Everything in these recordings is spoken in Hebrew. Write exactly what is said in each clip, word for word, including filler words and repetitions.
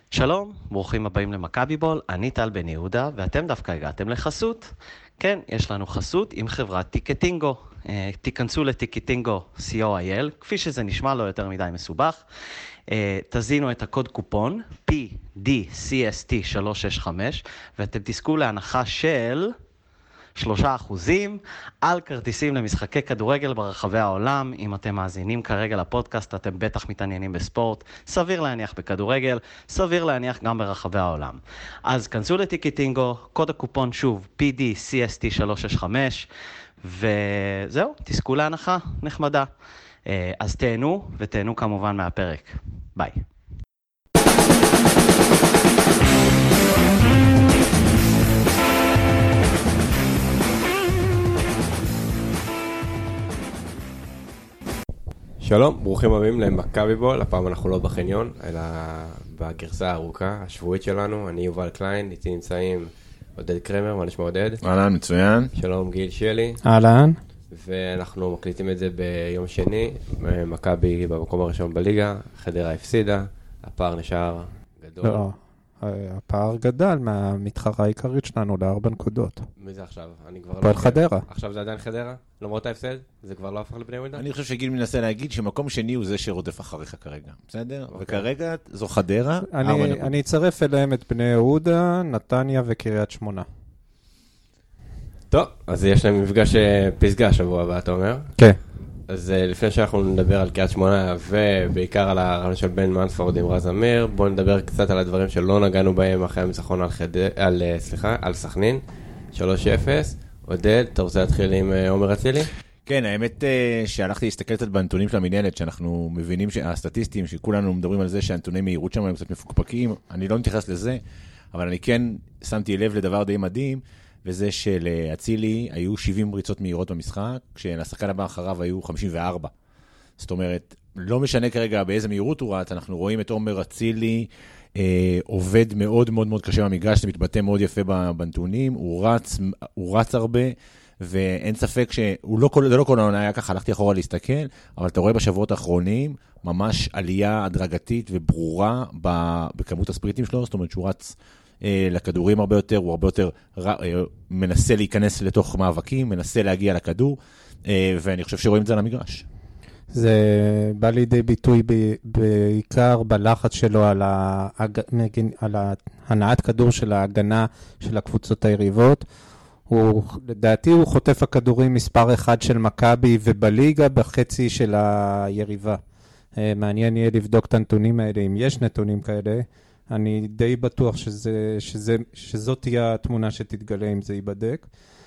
שלום, ברוכים הבאים למכבי בול, אני טל בן יהודה, ואתם דווקא הגעתם לחסות. כן, יש לנו חסות עם חברת טיקטינגו. תיכנסו לטיקטינגו סי או איי אל, כפי שזה נשמע לא יותר מדי מסובך. תזינו את הקוד קופון פי די סי אס טי שלוש שש חמש, ואתם תזכו להנחה של שלושה אחוזים על כרטיסים למשחקי כדורגל ברחבי העולם. אם אתם מאזינים כרגע לפודקאסט, אתם בטח מתעניינים בספורט, סביר להניח בכדורגל, סביר להניח גם ברחבי העולם. אז כנסו לטיקטינגו, קוד הקופון שוב, פי די סי אס טי שלוש שש חמש, וזהו, תזכו להנחה נחמדה. אז תהנו, ותהנו כמובן מהפרק. ביי. שלום, ברוכים הבאים למכבי בול. הפעם אנחנו לא בחניון, אלא בגרסה הארוכה, השבועית שלנו. אני יובל קליין, איתי נמצאים עודד קרמר, מה נשמע עודד? אהלן, מצוין. שלום, גיל שלי. אהלן. ואנחנו מקליטים את זה ביום שני, מכבי במקום הראשון בליגה, חדרה הפסידה, הפער נשאר גדול. לא, הפער גדל מהמתחרה העיקרית שלנו לארבע נקודות. מי זה עכשיו? אני כבר פעל חדרה. עכשיו זה עדיין חדרה? למרות ההפסד? זה כבר לא הפך לבני יהודה? אני חושב שגיל מנסה להגיד שמקום שני הוא זה שרודף אחריך כרגע, בסדר? וכרגע זו חדרה. אני אצרף אליהם את בני יהודה, נתניה וקריית שמונה. טוב, אז יש להם מפגש פסגה שבוע הבא, אתה אומר? כן. אז לפני שאנחנו נדבר על קריית שמונה ובעיקר על הרעיון של בן מנספורד עם רז אמיר, בואו נדבר קצת על הדברים שלא נגענו בהם אחרי הניצחון על חדרה, על סליחה, על סכנין, שלוש אפס. עודד, אתה רוצה להתחיל עם עומר אצילי? כן, האמת שהלכתי להסתכל קצת בנתונים של המנהלת, שאנחנו מבינים הסטטיסטיים, שכולנו מדברים על זה שהנתוני מהירות שם הם קצת מפוקפקים, אני לא מתייחס לזה, אבל אני כן שמתי לב לדבר די מדהים, וזה שלאצילי היו שבעים ריצות מהירות במשחק, כשלשחקן הבא אחריו היו חמישים וארבע. זאת אומרת, לא משנה כרגע באיזה מהירות הוא רץ, אנחנו רואים את עומר אצילי אה, עובד מאוד מאוד מאוד קשה במגרש, זה מתבטא מאוד יפה בנתונים, הוא רץ, הוא רץ הרבה, ואין ספק שהוא לא כל, זה לא כל העונה היה ככה, הלכתי אחורה להסתכל, אבל אתה רואה בשבועות האחרונים, ממש עלייה הדרגתית וברורה בכמות הספריטים שלו, זאת אומרת שהוא רץ לכדורים הרבה יותר, הוא הרבה יותר מנסה להיכנס לתוך מאבקים, מנסה להגיע לכדור, ואני חושב שרואים את זה על המגרש. זה בא לידי ביטוי בעיקר בלחץ שלו על, ההג... על הנעת כדור של ההגנה של הקבוצות היריבות. הוא, לדעתי הוא חוטף הכדורים מספר אחד של מכבי ובליגה בחצי של היריבה. מעניין יהיה לבדוק את הנתונים האלה, אם יש נתונים כאלה. אני די בטוח שזה, שזה, שזאת תהיה התמונה שתתגלה אם זה ייבדק.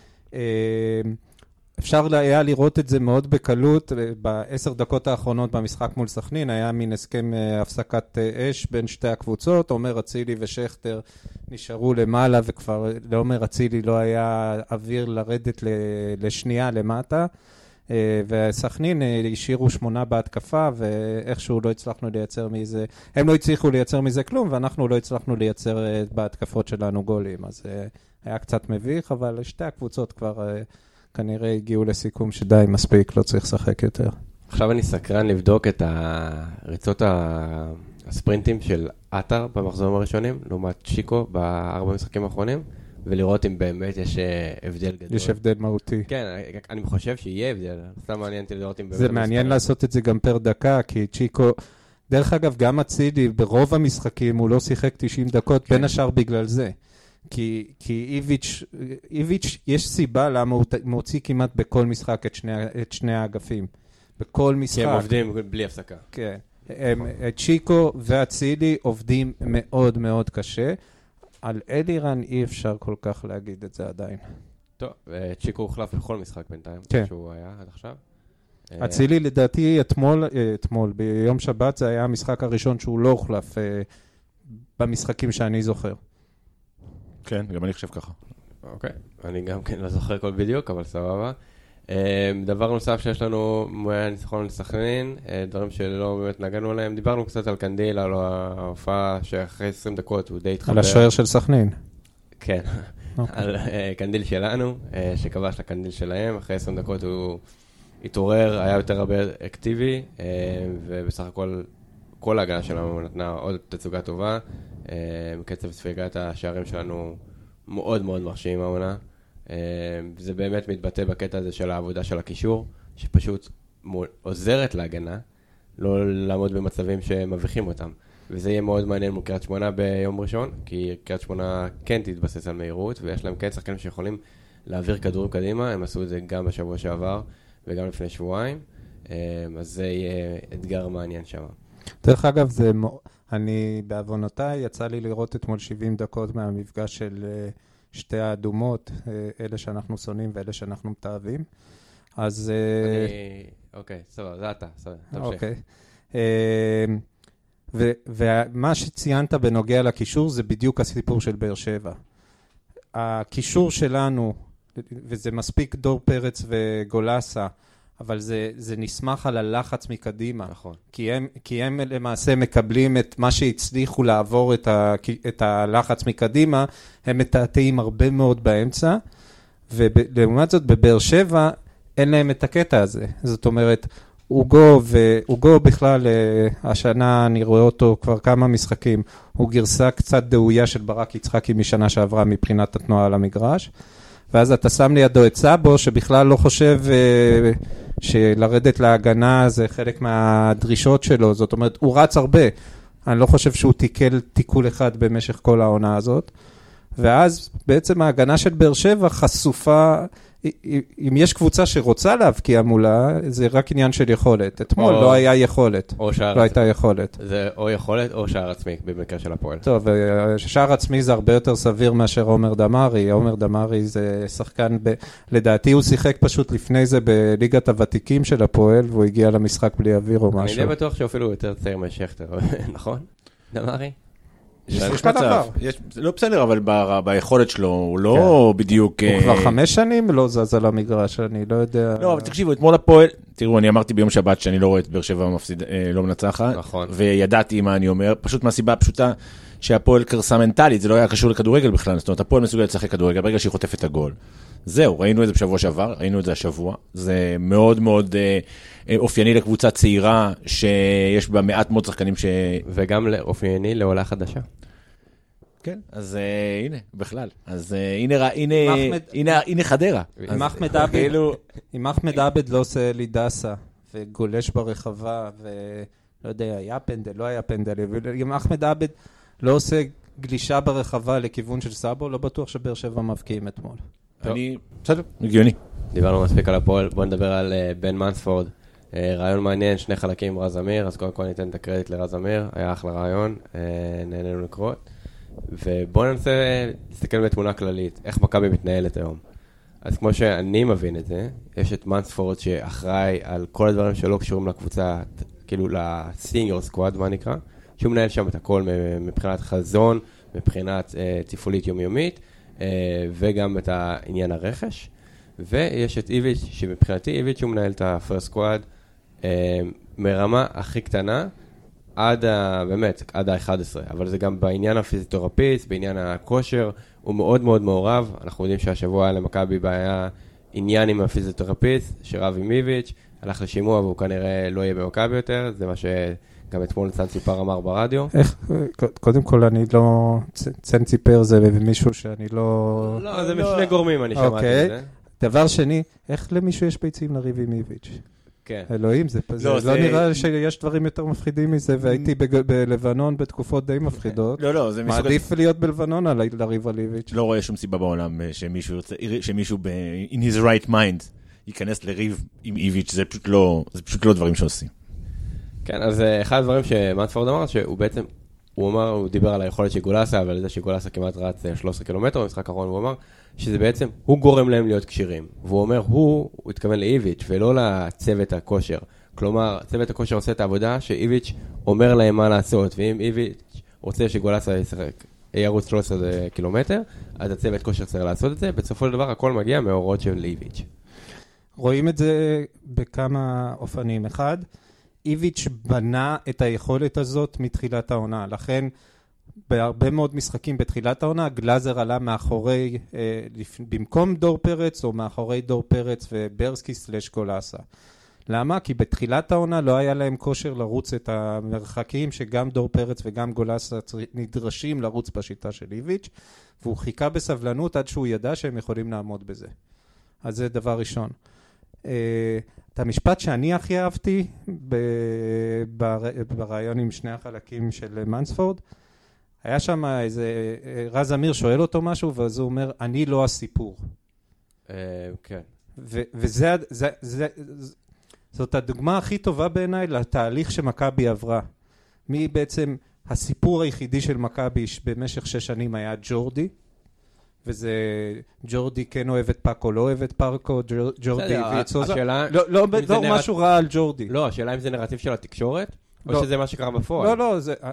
אפשר היה לראות את זה מאוד בקלות, בעשר דקות האחרונות במשחק מול סכנין, היה מין הסכם הפסקת אש בין שתי הקבוצות, עומר אצילי ושכטר נשארו למעלה, וכבר לעומר אצילי לא היה אוויר לרדת לשנייה למטה, וסכנין השאירו שמונה בהתקפה, ואיכשהו לא הצלחנו לייצר מזה, הם לא הצליחו לייצר מזה כלום, ואנחנו לא הצלחנו לייצר בהתקפות שלנו גולים, אז היה קצת מביך, אבל שתי הקבוצות כבר כנראה הגיעו לסיכום שדי מספיק, לא צריך לשחק יותר. עכשיו אני סקרן לבדוק את הריצות הספרינטים של אתר במחזורים הראשונים, לעומת שיקו בארבע משחקים האחרונים, ולראות אם באמת יש הבדל גדול. יש הבדל מהותי. כן, אני חושב שיהיה הבדל. סתם מעניין אותי לראות אם באמת... זה מעניין לעשות את זה גם פר דקה, כי צ'יקו, דרך אגב, גם אצילי, ברוב המשחקים הוא לא שיחק תשעים דקות, בין השאר בגלל זה. כי, כי איביץ', איביץ', יש סיבה למה הוא מוציא כמעט בכל משחק את שני, את שני האגפים. בכל משחק. כי הם עובדים בלי הפסקה. כן. הם, צ'יקו ואצילי עובדים מאוד מאוד קשה. על אלירן אי אפשר כל כך להגיד את זה עדיין. טוב, צ'יקו הוחלף בכל משחק בינתיים, כן. שהוא היה עד עכשיו. אצילי לדעתי אתמול, אתמול, ביום שבת זה היה המשחק הראשון שהוא לא הוחלף במשחקים שאני זוכר. כן, גם אני חושב ככה. אוקיי, אני גם כן לא זוכר כל בדיוק, אבל סבבה. דבר נוסף שיש לנו מהניצחון לסכנין, דברים שלא באמת נגענו עליהם, דיברנו קצת על קנדיל, על ההופעה שאחרי עשרים דקות הוא די התחבר. על השוער של סכנין. כן, על קנדיל שלנו, שכבש לקנדיל שלהם, אחרי עשרים דקות הוא התעורר, היה יותר הרבה אקטיבי, ובסך הכל כל ההגנה שלנו נתנה עוד תצוגה טובה, קצב ספיגת השערים שלנו מאוד מאוד מרשים העונה. זה באמת מתבטא בקטע הזה של העבודה של הקישור, שפשוט עוזרת להגנה, לא לעמוד במצבים שמביכים אותם. וזה יהיה מאוד מעניין מול קריית שמונה ביום ראשון, כי קריית שמונה כן תתבסס על מהירות, ויש להם כן שחקנים שיכולים להעביר כדורים קדימה, הם עשו את זה גם בשבוע שעבר וגם לפני שבועיים, אז זה יהיה אתגר מעניין שם. דרך אגב, זה, אני בעוונותיי, יצא לי לראות אתמול שבעים דקות מהמפגש של שתי האדומות, אלה שאנחנו שונאים ואלה שאנחנו מתאהבים. אז... אני... אוקיי, סבבה, זה אתה, סבבה, תמשיך. אוקיי. ומה שציינת בנוגע לקישור זה בדיוק הסיפור של באר שבע. הקישור שלנו, וזה מספיק דור פרץ וגולסה, אבל זה, זה נסמך על הלחץ מקדימה. נכון. כי הם, כי הם למעשה מקבלים את מה שהצליחו לעבור את, ה, את הלחץ מקדימה, הם מתעתעים הרבה מאוד באמצע, ולעומת זאת בבאר שבע אין להם את הקטע הזה. זאת אומרת, אוגו, ואוגו בכלל, השנה אני רואה אותו כבר כמה משחקים, הוא גרסה קצת דאויה של ברק יצחקי משנה שעברה מבחינת התנועה על המגרש, ואז אתה שם לידו את סאבו, שבכלל לא חושב שלרדת להגנה זה חלק מהדרישות שלו, זאת אומרת, הוא רץ הרבה, אני לא חושב שהוא תיקל תיקול אחד במשך כל העונה הזאת, ואז בעצם ההגנה של באר שבע חשופה, אם יש קבוצה שרוצה להבקיע מולה, זה רק עניין של יכולת. אתמול לא היה יכולת. לא הייתה יכולת. זה או יכולת או שער עצמי, במקרה של הפועל. טוב, שער עצמי זה הרבה יותר סביר מאשר עומר דמרי. עומר דמרי זה שחקן, לדעתי הוא שיחק פשוט לפני זה בליגת הוותיקים של הפועל, והוא הגיע למשחק בלי אוויר או משהו. אני די בטוח שאפילו יותר צעיר משכטר, נכון? דמרי? יש מצב, לא בסדר, אבל ביכולת שלו הוא לא בדיוק... הוא כבר חמש שנים לא זז על המגרש, אני לא יודע... לא, אבל תקשיבו, אתמול הפועל, תראו, אני אמרתי ביום שבת שאני לא רואה את באר שבע לא מנצחת, וידעתי מה אני אומר, פשוט מהסיבה הפשוטה שהפועל קרסה מנטלית, זה לא היה קשור לכדורגל בכלל, זאת אומרת, הפועל מסוגל לצחק כדורגל, ברגע שהיא חוטפת את הגול. זהו, ראינו את זה בשבוע שעבר, ראינו את זה השבוע, זה מאוד מאוד אופייני לקבוצה צעירה, שיש בה מעט מאוד שחקנים ש... וגם אופייני לעולה חדשה. כן, אז הנה, בכלל. אז הנה, הנה, הנה, הנה חדרה. אם אחמד עבד לא עושה לי דסה, וגולש ברחבה, ולא יודע, היה פנדל, לא היה פנדל, אם אחמד עבד לא עושה גלישה ברחבה לכיוון של סאבו, לא בטוח שבאר שבע מבקיעים אתמול. אני, בסדר, הגיוני. דיברנו מספיק על הפועל, בוא נדבר על בן מנספורד. רעיון מעניין, שני חלקים עם רז אמיר, אז קודם כל ניתן את הקרדיט לרז אמיר, היה אחלה רעיון, נהנינו לקרות. ובואו ננסה להסתכל בתמונה כללית, איך מכבי מתנהלת היום. אז כמו שאני מבין את זה, יש את מנספורד שאחראי על כל הדברים שלא קשורים לקבוצה, כאילו לסיניור סקואד, מה נקרא, שהוא מנהל שם את הכל מבחינת חזון, מבחינת תפעולית יומיומית, וגם את העניין הרכש. ויש את איביץ' שמבחינתי איביץ' הוא מנהל את הפרסט סקואד מרמה הכי קטנה, עד ה... באמת, עד ה-אחד עשר, אבל זה גם בעניין הפיזיותרפיסט, בעניין הכושר, הוא מאוד מאוד מעורב. אנחנו יודעים שהשבוע היה למכבי בעיה עניין עם הפיזיותרפיסט, שרב עם איביץ', הלך לשימוע והוא כנראה לא יהיה במכבי יותר, זה מה שגם אתמול צאן ציפר אמר ברדיו. איך, קודם כל אני לא... צאן ציפר זה מישהו שאני לא... לא, זה משני גורמים, אני שמעתי את זה. דבר שני, איך למישהו יש ביצים לריב עם איביץ'? כן. אלוהים, זה לא נראה שיש דברים יותר מפחידים מזה, והייתי בלבנון בתקופות די מפחידות. לא, לא, זה מעדיף להיות בלבנון על לריב על איביץ'. לא רואה שום סיבה בעולם שמישהו in his right mind ייכנס לריב עם איביץ', זה פשוט לא, זה פשוט לא דברים שעושים. כן, אז אחד הדברים שמנספורד אמר, שהוא בעצם, הוא אמר, הוא דיבר על היכולת של גולסה, אבל זה שגולסה כמעט רץ שלושה עשר קילומטר, במשחק האחרון הוא אמר, שזה בעצם, הוא גורם להם להיות קשירים. והוא אומר, הוא, הוא התכוון לאיביץ' ולא לצוות הכושר. כלומר, צוות הכושר עושה את העבודה שאיביץ' אומר להם מה לעשות, ואם איביץ' רוצה שגולסה ישחק, ירוץ שלושה עשר קילומטר, אז הצוות כושר צריך לעשות את זה. בסופו של דבר, הכל מגיע מההוראות של איביץ'. רואים את זה בכמה אופנים. אחד, איביץ' בנה את היכולת הזאת מתחילת העונה. לכן, בהרבה מאוד משחקים בתחילת העונה, גלאזר עלה מאחורי, אה, במקום דור פרץ, או מאחורי דור פרץ וברסקי סלש גולסה. למה? כי בתחילת העונה לא היה להם כושר לרוץ את המרחקים שגם דור פרץ וגם גולסה נדרשים לרוץ בשיטה של איביץ', והוא חיכה בסבלנות עד שהוא ידע שהם יכולים לעמוד בזה. אז זה דבר ראשון. את המשפט שאני הכי אהבתי ברעיון עם שני החלקים של מנספורד, היה שם איזה, רז אמיר שואל אותו משהו, ואז הוא אומר, אני לא הסיפור. כן. וזה, זה, זה, זאת הדוגמה הכי טובה בעיניי לתהליך שמכבי עברה. מי בעצם הסיפור היחידי של מכבי במשך שש שנים היה ג'ורדי, וזה ג'ורדי כן אוהב את פאקו, לא אוהב את פארקו, ג'ורדי הביא את סוזה. לא משהו רע על ג'ורדי. לא, השאלה אם זה נרטיב של התקשורת, או שזה מה שקרה בפועל. לא, לא, זה...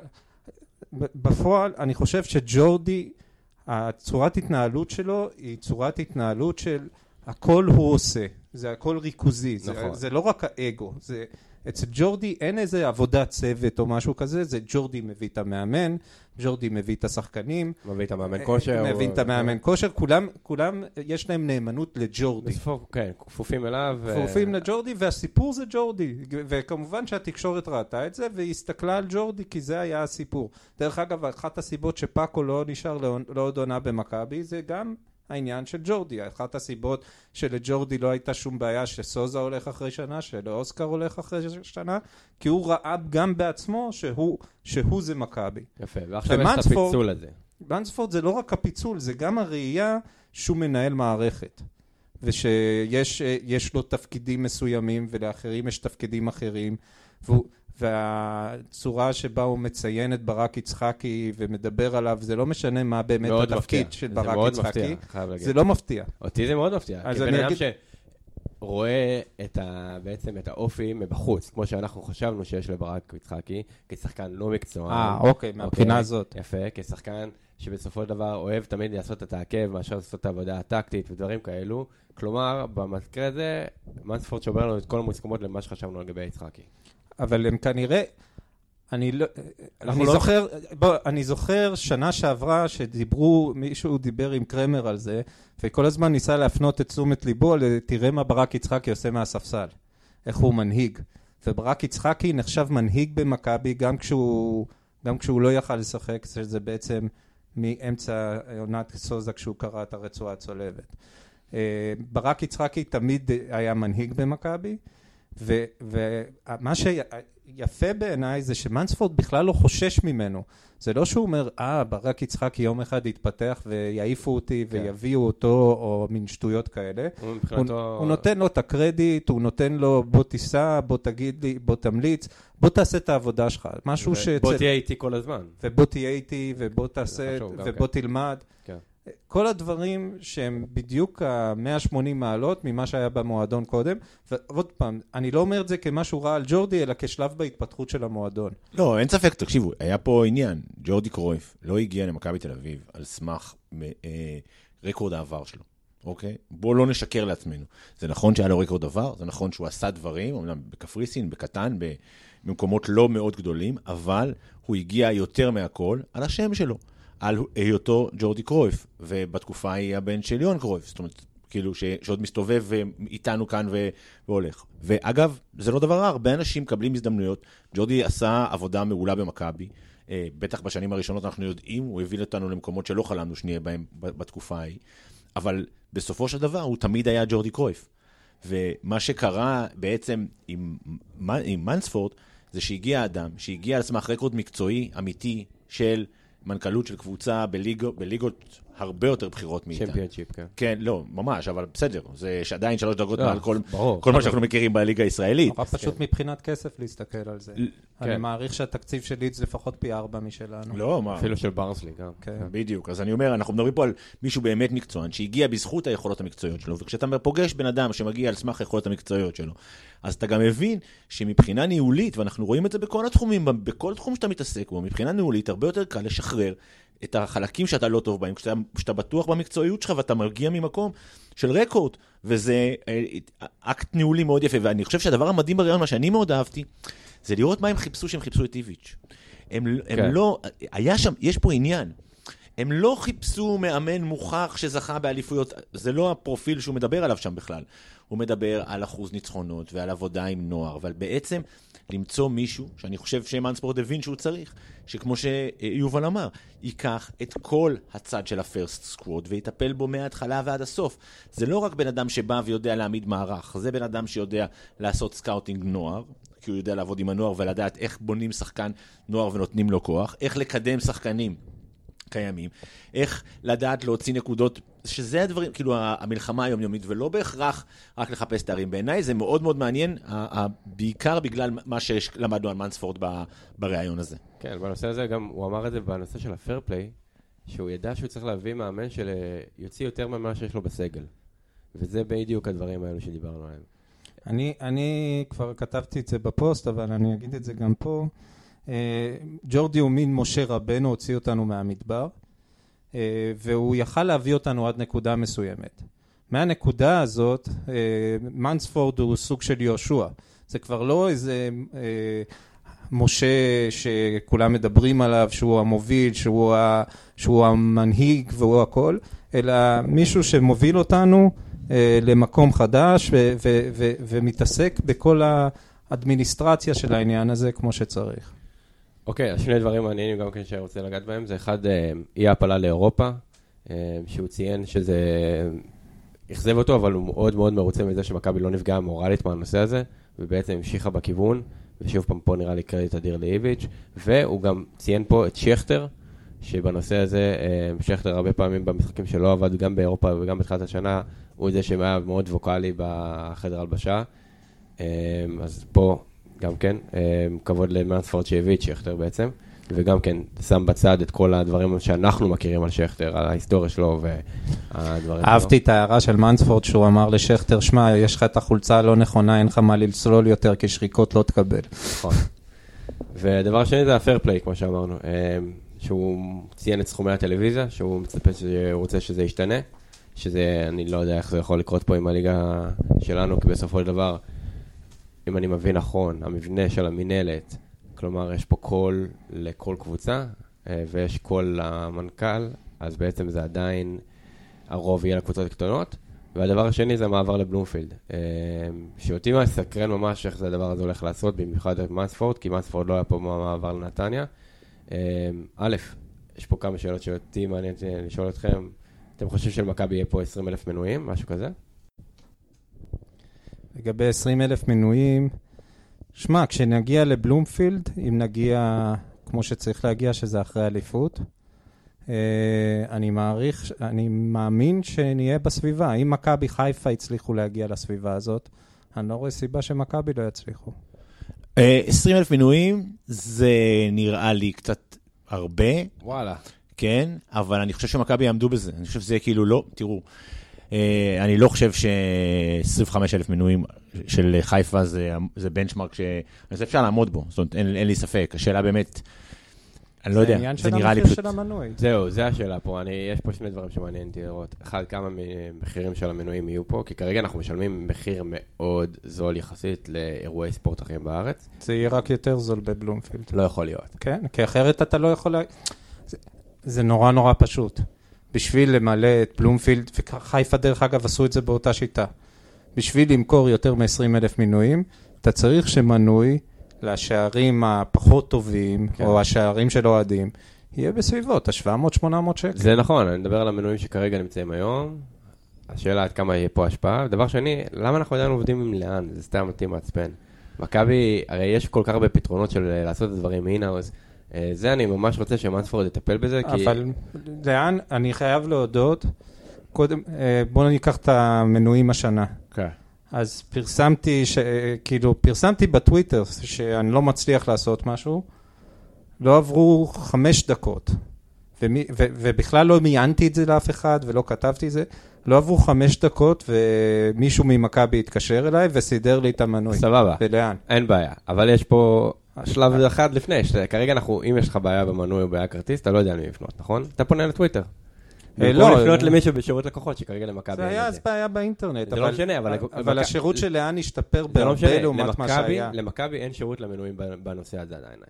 בפועל אני חושב שג'ורדי, הצורת התנהלות שלו היא צורת התנהלות של הכל הוא עושה, זה הכל ריכוזי, נכון. זה, זה לא רק האגו, זה, אצל ג'ורדי אין איזה עבודת צוות או משהו כזה, זה ג'ורדי מביא את המאמן, ג'ורדי מביא את השחקנים, מביא את המאמן כושר, מביא את המאמן כושר, כולם, כולם יש להם נאמנות לג'ורדי. בספור, כן, כפופים אליו. כפופים לג'ורדי, והסיפור זה ג'ורדי, וכמובן שהתקשורת ראתה את זה, והיא הסתכלה על ג'ורדי, כי זה היה הסיפור. דרך אגב, אחת הסיבות שפאקו לא נשאר לעוד עונה במכבי, זה גם העניין של ג'ורדי. אחת הסיבות שלג'ורדי לא הייתה שום בעיה שסוזה הולך אחרי שנה, שלאוסקר הולך אחרי שנה, כי הוא ראה גם בעצמו שהוא, שהוא זה מכבי. יפה, ועכשיו יש את הפיצול הזה. מנספורד זה לא רק הפיצול, זה גם הראייה שהוא מנהל מערכת. ושיש יש לו תפקידים מסוימים, ולאחרים יש תפקידים אחרים, והוא... והצורה שבה הוא מציין את ברק יצחקי ומדבר עליו, זה לא משנה מה באמת התפקיד מפתיע. של ברק יצחקי. זה לא מפתיע. אותי זה מאוד מפתיע. כי בן אדם שרואה את ה, בעצם את האופי מבחוץ, כמו שאנחנו חשבנו שיש לברק יצחקי, כשחקן לא מקצוען. אה, אוקיי, מהבחינה הזאת. יפה, כשחקן שבסופו של דבר אוהב תמיד לעשות את העקב, מאשר לעשות את העבודה הטקטית ודברים כאלו. כלומר, במקרה הזה, מנספורד שובר לנו את כל המוסכמות למה שחשבנו לגבי יצחקי. אבל הם כנראה, אני לא, אני זוכר, בוא, אני זוכר שנה שעברה שדיברו, מישהו דיבר עם קרמר על זה, וכל הזמן ניסה להפנות את תשומת ליבו, תראה מה ברק יצחקי עושה מהספסל, איך הוא מנהיג. וברק יצחקי נחשב מנהיג במכבי, גם כשהוא, גם כשהוא לא יכל לשחק, שזה בעצם מאמצע עונת סוזה כשהוא קרא את הרצועה הצולבת. ברק יצחקי תמיד היה מנהיג במכבי, ומה שיפה בעיניי זה שמנספורד בכלל לא חושש ממנו. זה לא שהוא אומר, אה, ברק יצחקי יום אחד יתפתח ויעיפו אותי ויביאו אותו, או מין שטויות כאלה. הוא נותן לו את הקרדיט, הוא נותן לו, בוא תיסע, בוא תגיד לי, בוא תמליץ, בוא תעשה את העבודה שלך. משהו ש... בוא תהיה איתי כל הזמן. ובוא תהיה איתי, ובוא תעשה, ובוא תלמד. כל הדברים שהם בדיוק ה-מאה ושמונים מעלות ממה שהיה במועדון קודם, ועוד פעם, אני לא אומר את זה כמשהו רע על ג'ורדי, אלא כשלב בהתפתחות של המועדון. לא, אין ספק, תקשיבו, היה פה עניין, ג'ורדי קרויף לא הגיע למכבי תל אביב על סמך אה, רקורד העבר שלו, אוקיי? בואו לא נשקר לעצמנו. זה נכון שהיה לו רקורד עבר, זה נכון שהוא עשה דברים, אומנם בקפריסין, בקטן, במקומות לא מאוד גדולים, אבל הוא הגיע יותר מהכל על השם שלו. על היותו ג'ורדי קרויף, ובתקופה היא הבן של יון קרויף, זאת אומרת, כאילו ש, שעוד מסתובב איתנו כאן ו, והולך. ואגב, זה לא דבר רע, הרבה אנשים מקבלים הזדמנויות, ג'ורדי עשה עבודה מעולה במכבי, בטח בשנים הראשונות אנחנו יודעים, הוא הביא אותנו למקומות שלא חלמנו שנהיה בהם בתקופה ההיא, אבל בסופו של דבר הוא תמיד היה ג'ורדי קרויף. ומה שקרה בעצם עם, עם מנספורד, זה שהגיע אדם, שהגיע על סמך רקורד מקצועי אמיתי של מנכ"לות של קבוצה בליגות, בליגות הרבה יותר בחירות מאיתה. צ'מפיונשיפ, כן. כן, לא, ממש, אבל בסדר. זה שעדיין שלוש דרגות מעל כל, כל מה שאנחנו מכירים בליגה הישראלית. נורא פשוט מבחינת כסף להסתכל על זה. אני מעריך שהתקציב של לידס לפחות פי ארבע משלנו. לא, מה? אפילו של ברנסלי, גם. בדיוק. אז אני אומר, אנחנו מדברים פה על מישהו באמת מקצוען, שהגיע בזכות היכולות המקצועיות שלו, וכשאתה פוגש בן אדם שמגיע על סמך היכולות המקצועיות שלו, אז אתה גם מבין שמבחינה ניהולית, ואנחנו רואים את זה בכל התחומים, בכל תחום שאתה מתעסק בו, מבחינה ניהולית, הרבה יותר קל לשחרר את החלקים שאתה לא טוב בהם, כשאתה, כשאתה בטוח במקצועיות שלך, ואתה מגיע ממקום של רקורד, וזה אקט ניהולי מאוד יפה, ואני חושב שהדבר המדהים ברעיון, מה שאני מאוד אהבתי, זה לראות מה הם חיפשו שהם חיפשו את איביץ'. הם, הם כן. לא, היה שם, יש פה עניין, הם לא חיפשו מאמן מוכח שזכה באליפויות, זה לא הפרופיל שהוא מדבר עליו שם בכלל. הוא מדבר על אחוז ניצחונות ועל עבודה עם נוער, אבל בעצם למצוא מישהו, שאני חושב שמאנספורט הבין שהוא צריך, שכמו שיובל אמר, ייקח את כל הצד של הפרסט סקוואד ויטפל בו מההתחלה ועד הסוף. זה לא רק בן אדם שבא ויודע להעמיד מערך, זה בן אדם שיודע לעשות סקאוטינג נוער, כי הוא יודע לעבוד עם הנוער ולדעת איך בונים שחקן נוער ונותנים לו כוח, איך לקדם שחקנים קיימים, איך לדעת להוציא נקודות, שזה הדברים, כאילו המלחמה היומיומית, ולא בהכרח רק לחפש תארים. בעיניי זה מאוד מאוד מעניין, בעיקר בגלל מה שלמדנו על מאנספורד בריאיון הזה. כן, בנושא הזה גם, הוא אמר את זה בנושא של הפייר פליי, שהוא ידע שהוא צריך להביא מאמן שיוציא יותר ממה שיש לו בסגל. וזה בדיוק הדברים האלו שדיברנו עליהם. אני, אני כבר כתבתי את זה בפוסט, אבל אני אגיד את זה גם פה. ג'ורדי הוא מין משה רבנו, הוציא אותנו מהמדבר, והוא יכל להביא אותנו עד נקודה מסוימת. מהנקודה הזאת, מאנספורד הוא סוג של יהושע. זה כבר לא איזה משה שכולם מדברים עליו, שהוא המוביל, שהוא, ה, שהוא המנהיג והוא הכל, אלא מישהו שמוביל אותנו למקום חדש ו- ו- ו- ומתעסק בכל האדמיניסטרציה של העניין הזה כמו שצריך. אוקיי, אז שני דברים מעניינים גם כן שאני רוצה לגעת בהם. זה אחד, אי ההפלה לאירופה, שהוא ציין שזה אכזב אותו, אבל הוא מאוד מאוד מרוצה מזה שמכבי לא נפגעה מורלית מהנושא הזה, ובעצם המשיכה בכיוון, ושוב פעם פה נראה לי קרדיט אדיר לאיביץ', והוא גם ציין פה את שכטר, שבנושא הזה, שכטר הרבה פעמים במשחקים שלו עבד גם באירופה וגם בתחילת השנה, הוא זה שהיה מאוד ווקלי בחדר הלבשה. אז פה גם כן, כבוד למאנספורד שהביא את שכטר בעצם, וגם כן שם בצד את כל הדברים שאנחנו מכירים על שכטר, על ההיסטוריה שלו והדברים שלו. אהבתי את ההערה של מאנספורד שהוא אמר לשכטר, שמע, יש לך את החולצה הלא נכונה, אין לך מה לצלול יותר, כי שריקות לא תקבל. נכון. ודבר שני זה הפייר פליי, כמו שאמרנו, שהוא ציין את סכומי הטלוויזיה, שהוא מצפה שהוא רוצה שזה ישתנה, שזה, אני לא יודע איך זה יכול לקרות פה עם הליגה שלנו, כי בסופו של דבר, אם אני מבין נכון, המבנה של המנהלת, כלומר, יש פה קול לכל קבוצה, ויש קול למנכ"ל, אז בעצם זה עדיין הרוב יהיה לקבוצות קטנות, והדבר השני זה המעבר לבלומפילד, שאותי מסקרן ממש איך זה הדבר הזה הולך לעשות, במיוחד את מאנספורד, כי מאנספורד לא היה פה מעבר לנתניה. א', יש פה כמה שאלות שאותי מעניין לשאול אתכם, אתם חושבים שלמכבי יהיה פה עשרים אלף מנויים, משהו כזה? לגבי עשרים אלף מנויים, שמע, כשנגיע לבלומפילד, אם נגיע כמו שצריך להגיע, שזה אחרי אליפות, אני מעריך, אני מאמין שנהיה בסביבה. אם מכבי חיפה הצליחו להגיע לסביבה הזאת, אני לא רואה סיבה שמכבי לא יצליחו. עשרים אלף מנויים, זה נראה לי קצת הרבה. וואלה. כן, אבל אני חושב שמכבי יעמדו בזה. אני חושב שזה כאילו לא, תראו, אני לא חושב ש-עשרים וחמישה אלף מנויים של חיפה זה, זה בנצ'מרק שאני חושב אפשר לעמוד בו. זאת אומרת, אין, אין לי ספק. השאלה באמת, אני לא יודע, זה נראה לי פשוט. זהו, זה השאלה פה. אני, יש פה שני דברים שמעניין אותי לראות. אחד, כמה מחירים של המנויים יהיו פה, כי כרגע אנחנו משלמים מחיר מאוד זול יחסית לאירועי ספורט אחרים בארץ. זה יהיה רק יותר זול בבלומפילד. לא יכול להיות. כן, כי אחרת אתה לא יכול... זה, זה נורא נורא פשוט. בשביל למלא את בלומפילד, וחיפה דרך אגב עשו את זה באותה שיטה. בשביל למכור יותר מ-עשרים אלף מנויים, אתה צריך שמנוי לשערים הפחות טובים, כן. או השערים של אוהדים, יהיה בסביבות, ה-שבע מאות שמונה מאות שקל. זה נכון, אני מדבר על המנויים שכרגע נמצאים היום, השאלה עד כמה יהיה פה השפעה. דבר שני, למה אנחנו עדיין עובדים עם לאן? זה סתם מתאים מעצבן. מכבי, הרי יש כל כך הרבה פתרונות של לעשות את הדברים אין-האוס, זה אני ממש רוצה שמאנספורד יטפל בזה, כי... אבל לאן, אני חייב להודות, קודם, בואו ניקח את המנויים השנה. כן. אז פרסמתי, ש... כאילו, פרסמתי בטוויטר שאני לא מצליח לעשות משהו, לא עברו חמש דקות, ומי... ו... ובכלל לא מיינתי את זה לאף אחד, ולא כתבתי את זה, לא עברו חמש דקות, ומישהו ממכבי התקשר אליי, וסידר לי את המנוי. סבבה. ולאן? אין בעיה, אבל יש פה... שלב אחד לפני, כרגע אנחנו, אם יש לך בעיה במנוי או בעיה כרטיס, אתה לא יודע למי לפנות, נכון? אתה פונה לטוויטר. במקום לפנות למישהו בשירות לקוחות, שכרגע למכבי. זה היה אז בעיה באינטרנט. זה לא משנה, אבל... אבל השירות שלאן השתפר בהרבה לעומת מה שהיה. למכבי אין שירות למנויים בנושא הזה עדיין.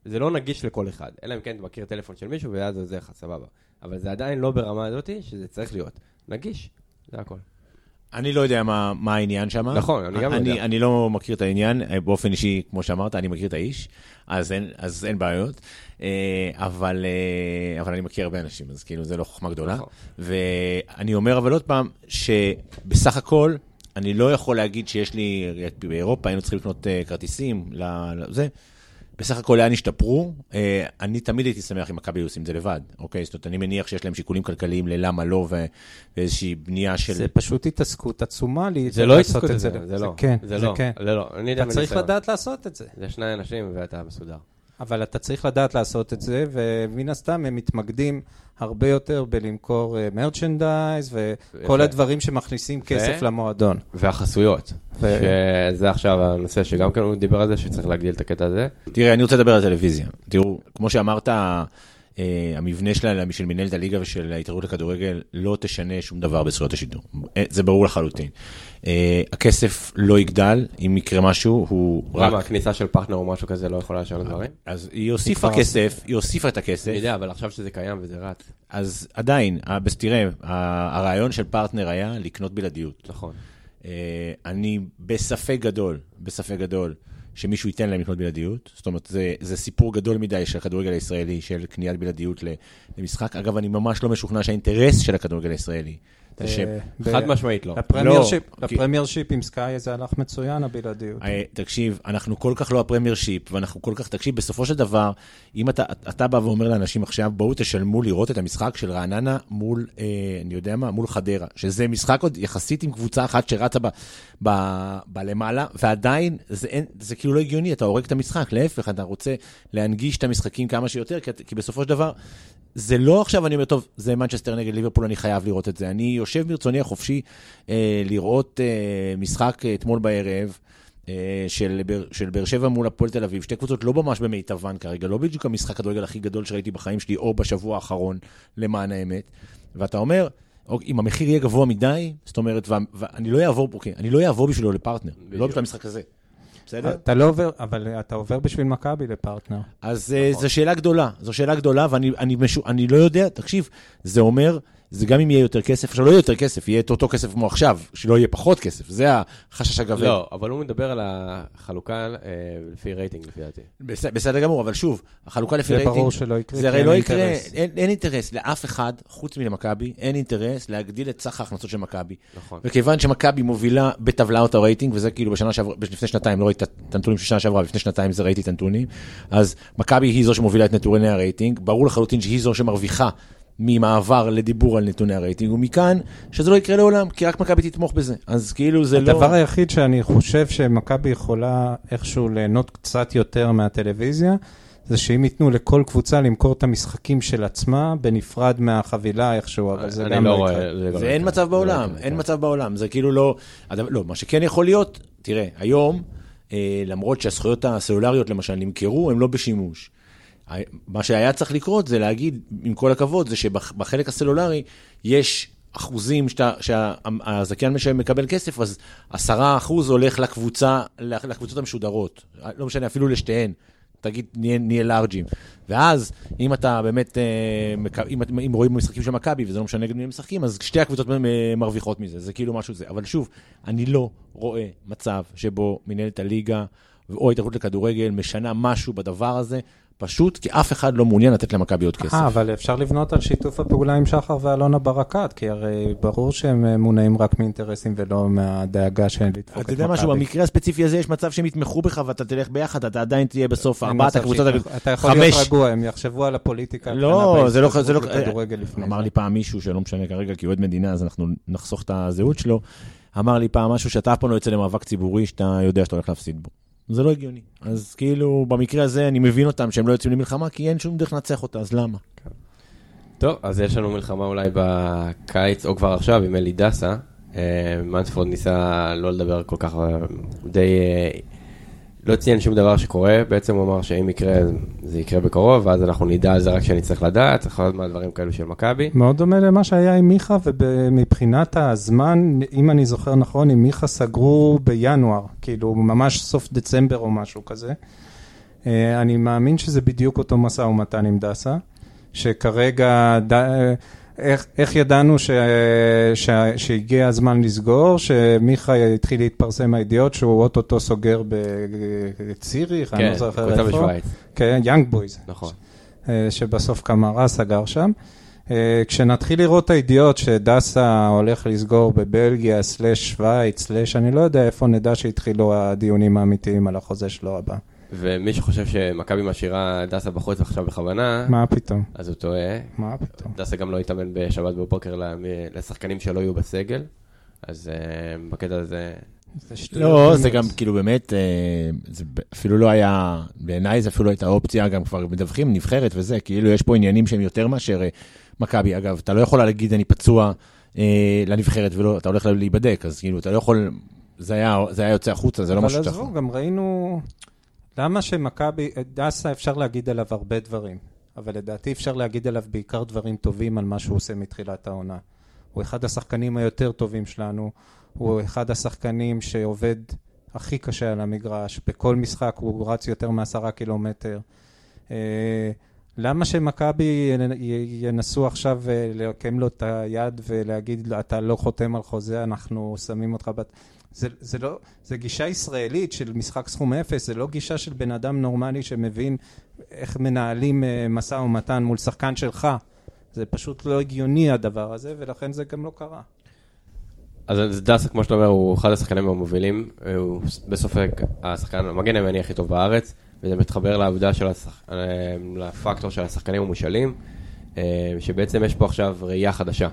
זה לא נגיש לכל אחד, אלא אם כן אתה מכיר טלפון של מישהו, ואז זה עוזר לך, סבבה. אבל זה עדיין לא ברמה הזאת שזה צריך להיות נגיש, זה הכל. אני לא יודע מה, מה העניין שם. נכון, אני גם לא אני, יודע. אני לא מכיר את העניין, באופן אישי, כמו שאמרת, אני מכיר את האיש, אז אין, אז אין בעיות, אבל, אבל אני מכיר הרבה אנשים, אז כאילו זה לא חוכמה גדולה. נכון. ואני אומר אבל עוד פעם, שבסך הכל, אני לא יכול להגיד שיש לי, באירופה היינו צריכים לקנות כרטיסים לזה, בסך הכל לאן השתפרו, אני תמיד הייתי שמח אם מכבי עושים את זה לבד, אוקיי? זאת אומרת, אני מניח שיש להם שיקולים כלכליים ללמה לא, ואיזושהי בנייה של... זה פשוט התעסקות עצומה לי. זה לא התעסקות את זה, זה לא. כן, זה זה לא, כן. זה לא. אתה צריך לדעת לעשות את זה. זה שני אנשים ואתה מסודר. אבל אתה צריך לדעת לעשות את זה, ומן הסתם הם מתמקדים הרבה יותר בלמכור מרצ'נדייז, וכל הדברים שמכניסים כסף למועדון. והחסויות. שזה עכשיו הנושא שגם כן הוא דיבר על זה, שצריך להגדיל את הקטע הזה. תראה, אני רוצה לדבר על טלוויזיה. תראו, כמו שאמרת, המבנה שלה, של מנהלת הליגה ושל ההתאחדות לכדורגל, לא תשנה שום דבר בזכויות השידור. זה ברור לחלוטין. הכסף לא יגדל, אם יקרה משהו, הוא רק... למה, הכניסה של פרטנר או משהו כזה לא יכולה לשנות דברים? אז היא הוסיפה כסף, היא הוסיפה את הכסף. אני יודע, אבל עכשיו שזה קיים וזה רץ. אז עדיין, תראה, הרעיון של פרטנר היה לקנות בלעדיות. נכון. אני בספק גדול, בספק גדול, שמישהו ייתן להם לקנות בלעדיות. זאת אומרת, זה, זה סיפור גדול מדי של הכדורגל הישראלי, של קניית בלעדיות למשחק. אגב, אני ממש לא משוכנע שהאינטרס של הכדורגל הישראלי. חד משמעית לא. לפרמייר שיפ עם סקאי זה הלך מצוין, הבלעדיות. תקשיב, אנחנו כל כך לא הפרמייר שיפ, ואנחנו כל כך, תקשיב, בסופו של דבר, אם אתה בא ואומר לאנשים עכשיו, בואו תשלמו לראות את המשחק של רעננה מול, אני יודע מה, מול חדרה, שזה משחק עוד יחסית עם קבוצה אחת שרצה בלמעלה, ועדיין זה כאילו לא הגיוני, אתה הורג את המשחק, להפך, אתה רוצה להנגיש את המשחקים כמה שיותר, כי בסופו של דבר, זה לא עכשיו, אני אומר, טוב, זה מנצ'סטר נגד ליברפול, אני חייב לראות את זה. אני יושב ברצוני החופשי אה, לראות אה, משחק אה, אתמול בערב אה, של, של באר שבע מול הפועל תל אביב. שתי קבוצות לא ממש במיטבן כרגע, לא בדיוק המשחק הדורגל הכי גדול שראיתי בחיים שלי, או בשבוע האחרון, למען האמת. ואתה אומר, אם המחיר יהיה גבוה מדי, זאת אומרת, ואני לא אעבור, אוקיי, אני לא אעבור בשבילו לפרטנר, לא בשביל המשחק הזה. בסדר? אתה לא עובר, אבל אתה עובר בשביל מכבי לפרטנר. אז זו שאלה גדולה, זו שאלה גדולה, ואני לא יודע, תקשיב, זה אומר, זה גם אם יהיה יותר כסף, שלא יהיה יותר כסף, יהיה אותו כסף כמו עכשיו, שלא יהיה פחות כסף, זה החשש הגבל. לא, אבל הוא מדבר על החלוקה לפי רייטינג, לפי דעתי. בסדר גמור, אבל שוב, החלוקה לפי רייטינג, זה ברור שלא יקרה, זה הרי לא יקרה, אין אינטרס לאף אחד, חוץ מלמכבי, אין אינטרס להגדיל את סך ההכנסות של מכבי. נכון. וכיוון שמכבי מובילה בטבלאות הרייטינג, וזה כאילו בשנה שעברה, לפני שנתיים, לא ראיתי את הנתונים של שנה שעברה, לפני שנתיים זה ראיתי את הנתונים, אז מכבי היא זו שמובילה את נתוני הרייטינג, ברור לחלוטין שהיא זו שמרוויחה ממעבר לדיבור על נתוני הרייטינג, ומכאן שזה לא יקרה לעולם, כי רק מכבי תתמוך בזה. אז כאילו זה לא... הדבר היחיד שאני חושב שמכבי יכולה איכשהו ליהנות קצת יותר מהטלוויזיה, זה שאם ייתנו לכל קבוצה למכור את המשחקים של עצמה, בנפרד מהחבילה איכשהו, אבל זה גם לא יקרה. זה אין מצב בעולם, אין מצב בעולם. זה כאילו לא... לא, מה שכן יכול להיות, תראה, היום, למרות שהזכויות הסלולריות למשל נמכרו, הם לא בשימוש. מה שהיה צריך לקרות זה להגיד, עם כל הכבוד, זה שבחלק הסלולרי יש אחוזים שהזכיין מקבל כסף, אז עשרה אחוז הולך לקבוצה, לקבוצות המשודרות. לא משנה, אפילו לשתיהן. תגיד, נהיה לארג'ים. ואז, אם אתה באמת, אם, אם רואים משחקים של מכבי, וזה לא משנה נגד מי משחקים, אז שתי הקבוצות מרוויחות מזה. זה כאילו משהו זה. אבל שוב, אני לא רואה מצב שבו מנהלת הליגה, או התאחדות לכדורגל, משנה משהו בדבר הזה, פשוט כי אף אחד לא מעוניין לתת למכבי עוד כסף. אה, אבל אפשר לבנות על שיתוף הפעולה עם שחר ואלונה ברקת, כי הרי ברור שהם מונעים רק מאינטרסים ולא מהדאגה של לדפוק את מכבי. אתה יודע משהו, במקרה הספציפי הזה יש מצב שהם יתמכו בך ואתה תלך ביחד, אתה עדיין תהיה בסוף ארבעת הקבוצות. אתה יכול להיות רגוע, הם יחשבו על הפוליטיקה. לא, זה לא, זה לא, אמר לי פעם מישהו שלא משנה כרגע, כי הוא עד מדינה, אז אנחנו נחסוך את הזהות שלו, אמר לי פעם משהו שאתה אף פעם לא יוצא למאבק ציבורי, שאתה יודע שאתה הולך להפסיד בו. זה לא הגיוני. אז כאילו, במקרה הזה אני מבין אותם שהם לא יוצאים למלחמה, כי אין שום דרך לנצח אותה, אז למה? טוב, אז יש לנו מלחמה אולי בקיץ, או כבר עכשיו, עם אלי דסה. מנספורד ניסה לא לדבר כל כך, די... לא ציין שום דבר שקורה, בעצם הוא אמר שאם יקרה, זה יקרה בקרוב, ואז אנחנו נדע על זה רק שאני צריך לדעת, צריך לדעת מהדברים כאלו של מכבי. מאוד דומה למה שהיה עם מיכה, ומבחינת הזמן, אם אני זוכר נכון, עם מיכה סגרו בינואר, כאילו ממש סוף דצמבר או משהו כזה. אני מאמין שזה בדיוק אותו מסע ומתן עם דסה, שכרגע, איך, איך ידענו ש, ש, שהגיע הזמן לסגור, שמיכה התחיל להתפרסם הידיעות שהוא אוטוטו סוגר בציריך, כן, אני לא זוכר איפה. בשוויץ. כן, יאנג בויז. נכון. שבסוף קמרה סגר שם. כשנתחיל לראות הידיעות שדסה הולך לסגור בבלגיה, סלש שוויץ, סלש אני לא יודע איפה נדע שהתחילו הדיונים האמיתיים על החוזה שלו הבא. ומי שחושב שמכבי משאירה דסה בחוץ עכשיו בכוונה, מה פתאום? אז הוא טועה. מה פתאום? דסה גם לא יתאמן בשבת בבוקר לשחקנים שלא יהיו בסגל, אז בקטע הזה... לא, זה גם כאילו באמת, זה אפילו לא היה, בעיניי זה אפילו לא הייתה אופציה, גם כבר מדווחים נבחרת וזה, כאילו יש פה עניינים שהם יותר מאשר מכבי. אגב, אתה לא יכול להגיד אני פצוע לנבחרת ואתה הולך להיבדק, אז כאילו אתה לא יכול, זה היה יוצא החוצה, זה לא משהו. אבל עזבו, גם ראינו, למה שמכבי, דסה אפשר להגיד עליו הרבה דברים, אבל לדעתי אפשר להגיד עליו בעיקר דברים טובים על מה שהוא עושה מתחילת העונה. הוא אחד השחקנים היותר טובים שלנו, הוא אחד השחקנים שעובד הכי קשה על המגרש, בכל משחק הוא רץ יותר מעשרה קילומטר. למה שמכבי ינסו עכשיו להקם לו את היד ולהגיד אתה לא חותם על חוזה, אנחנו שמים אותך בת... זה, זה לא, זה גישה ישראלית של משחק סכום אפס, זה לא גישה של בן אדם נורמלי שמבין איך מנהלים מסע ומתן מול שחקן שלך. זה פשוט לא הגיוני הדבר הזה, ולכן זה גם לא קרה. אז דסה, כמו שאתה אומר, הוא אחד השחקנים המובילים, הוא בסופק השחקן, המגן הימני הכי טוב בארץ, וזה מתחבר לעבודה של השח... לפקטור של השחקנים המושאלים, שבעצם יש פה עכשיו ראייה חדשה,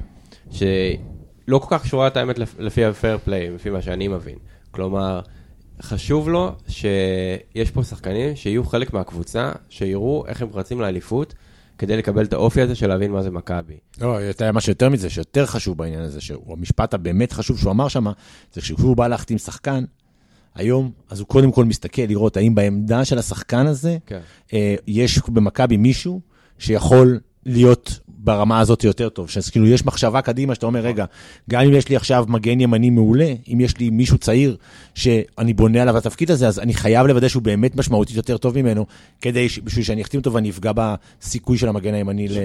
שלא כל כך קשורה את האמת לפי הפייר פליי, לפי מה שאני מבין. כלומר, חשוב לו שיש פה שחקנים שיהיו חלק מהקבוצה, שיראו איך הם רצים לאליפות, כדי לקבל את האופי הזה של להבין מה זה מכבי. לא, היה משהו יותר מזה, שיותר חשוב בעניין הזה, שהוא המשפט הבאמת חשוב שהוא אמר שמה, זה כשהוא בא להחתים שחקן, היום, אז הוא קודם כל מסתכל לראות האם בעמדה של השחקן הזה, כן. אה, יש במכבי מישהו שיכול להיות ברמה הזאת יותר טוב, שכאילו יש מחשבה קדימה שאתה אומר, רגע, גם אם יש לי עכשיו מגן ימני מעולה, אם יש לי מישהו צעיר שאני בונה עליו התפקיד הזה, אז אני חייב לוודא שהוא באמת משמעותית יותר טוב ממנו, כדי בשביל שאני אחתים אותו ואני אפגע בסיכוי של המגן הימני ל...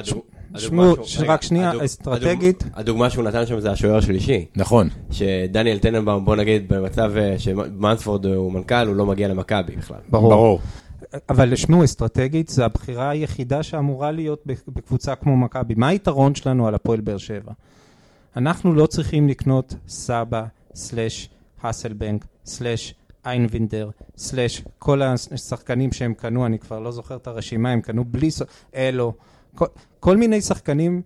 שמעו, רק שנייה, אסטרטגית. הדוגמה שהוא נתן שם זה השוער השלישי. נכון. שדניאל טננבאום, בוא נגיד, במצב שמנספורד הוא מנכ"ל, הוא לא מגיע למכבי בכלל. ברור. אבל לשמעו, אסטרטגית, זו הבחירה היחידה שאמורה להיות בקבוצה כמו מכבי. מה היתרון שלנו על הפועל באר שבע? אנחנו לא צריכים לקנות סבא, סלש, הסלבנק, סלש, איינבינדר, סלש, כל השחקנים שהם קנו, אני כבר לא זוכר את הרשימה, הם קנו בלי, אלו, כל, כל מיני שחקנים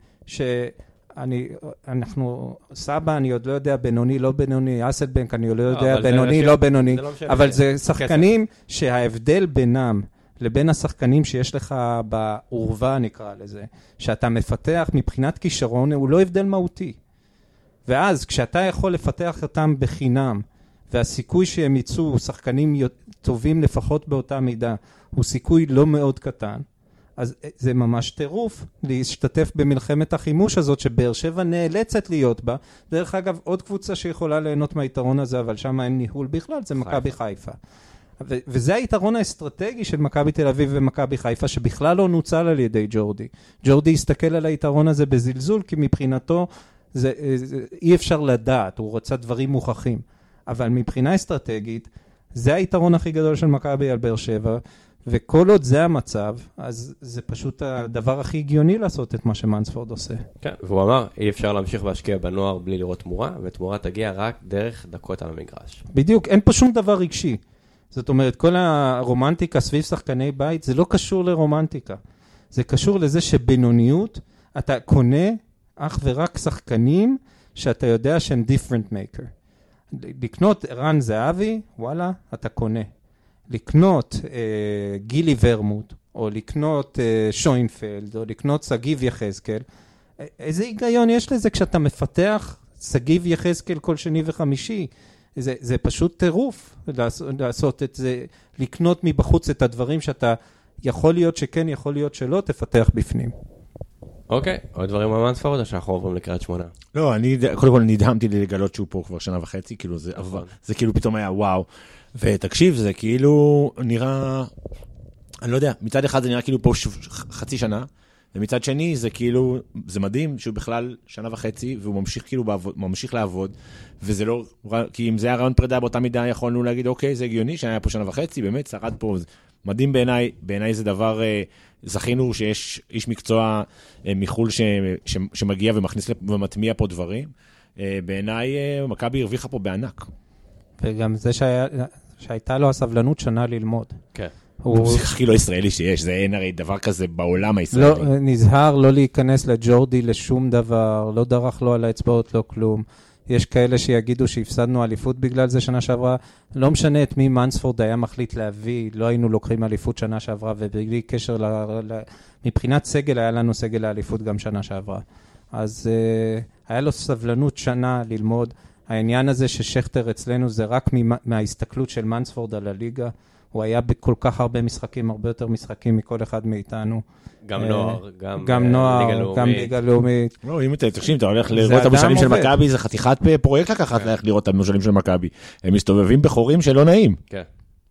שאני, אנחנו, סבא, אני עוד לא יודע, בינוני, לא בינוני, אסלבנק, אני עוד לא יודע, בינוני, לא בינוני, אבל זה שחקנים שההבדל בינם לבין השחקנים שיש לך בעורבה, נקרא לזה, שאתה מפתח מבחינת כישרון, הוא לא הבדל מהותי. ואז, כשאתה יכול לפתח אותם בחינם, והסיכוי שהם יצאו שחקנים טובים לפחות באותה מידה, הוא סיכוי לא מאוד קטן, אז זה ממש טירוף להשתתף במלחמת החימוש הזאת שבאר שבע נאלצת להיות בה. דרך אגב, עוד קבוצה שיכולה ליהנות מהיתרון הזה, אבל שם אין ניהול בכלל, זה מכבי חיפה. ו- וזה היתרון האסטרטגי של מכבי תל אביב ומכבי חיפה, שבכלל לא נוצל על ידי ג'ורדי. ג'ורדי הסתכל על היתרון הזה בזלזול, כי מבחינתו זה, זה, אי אפשר לדעת, הוא רוצה דברים מוכחים. אבל מבחינה אסטרטגית, זה היתרון הכי גדול של מכבי על באר שבע, וכל עוד זה המצב, אז זה פשוט הדבר הכי הגיוני לעשות את מה שמנספורד עושה. כן, והוא אמר, אי אפשר להמשיך להשקיע בנוער בלי לראות תמורה, ותמורה תגיע רק דרך דקות על המגרש. בדיוק, אין פה שום דבר רגשי. זאת אומרת, כל הרומנטיקה סביב שחקני בית, זה לא קשור לרומנטיקה. זה קשור לזה שבינוניות, אתה קונה אך ורק שחקנים שאתה יודע שהם different maker. לקנות ערן זהבי, וואלה, אתה קונה. לקנות אה, גילי ורמוט, או לקנות אה, שוינפלד, או לקנות סגיב יחזקאל, איזה היגיון יש לזה כשאתה מפתח סגיב יחזקאל כל שני וחמישי? זה, זה פשוט טירוף לעשות, לעשות את זה, לקנות מבחוץ את הדברים שאתה יכול להיות שכן, יכול להיות שלא, תפתח בפנים. אוקיי, עוד דברים על מנספורד, או שאנחנו עוברים לקריית שמונה? לא, אני, קודם כל נדהמתי לי לגלות שהוא פה כבר שנה וחצי, כאילו זה, זה כאילו פתאום היה וואו. ותקשיב, זה כאילו נראה אני לא יודע, מצד אחד זה נראה כאילו פה חצי שנה, ומצד שני זה כאילו, זה מדהים שהוא בכלל שנה וחצי, והוא ממשיך כאילו בעבוד, ממשיך לעבוד, וזה לא, כי אם זה היה רעיון פרידה באותה מידה, יכולנו להגיד, אוקיי, זה הגיוני, שהיה פה שנה וחצי, באמת, שרד פה, מדהים בעיניי, בעיניי זה דבר, זכינו שיש איש מקצוע מחול ש, ש, שמגיע ומכניס ומטמיע פה דברים, בעיניי מכבי הרוויחה פה בענק. וגם זה שהיה, שהייתה לו הסבלנות שנה ללמוד. כן. הוא הכי לא ישראלי שיש, זה אין הרי דבר כזה בעולם הישראלי. לא, נזהר לא להיכנס לג'ורדי לשום דבר, לא דרך לו על האצבעות, לא כלום. יש כאלה שיגידו שהפסדנו אליפות בגלל זה שנה שעברה, לא משנה את מי מנספורד היה מחליט להביא, לא היינו לוקחים אליפות שנה שעברה, ובלי קשר, ל... ל... מבחינת סגל היה לנו סגל האליפות גם שנה שעברה. אז uh, היה לו סבלנות שנה ללמוד. העניין הזה ששכטר אצלנו זה רק מה... מההסתכלות של מנספורד על הליגה, הוא היה בכל כך הרבה משחקים, הרבה יותר משחקים מכל אחד מאיתנו. גם נוער, גם, גם נוער, גם ליגה לאומית. לא, אם אתה תקשיב, אתה הולך לראות את המושאלים של מכבי, זה חתיכת פרויקט לקחת ללכת לראות את המושאלים של מכבי. הם מסתובבים בחורים שלא נעים. כן.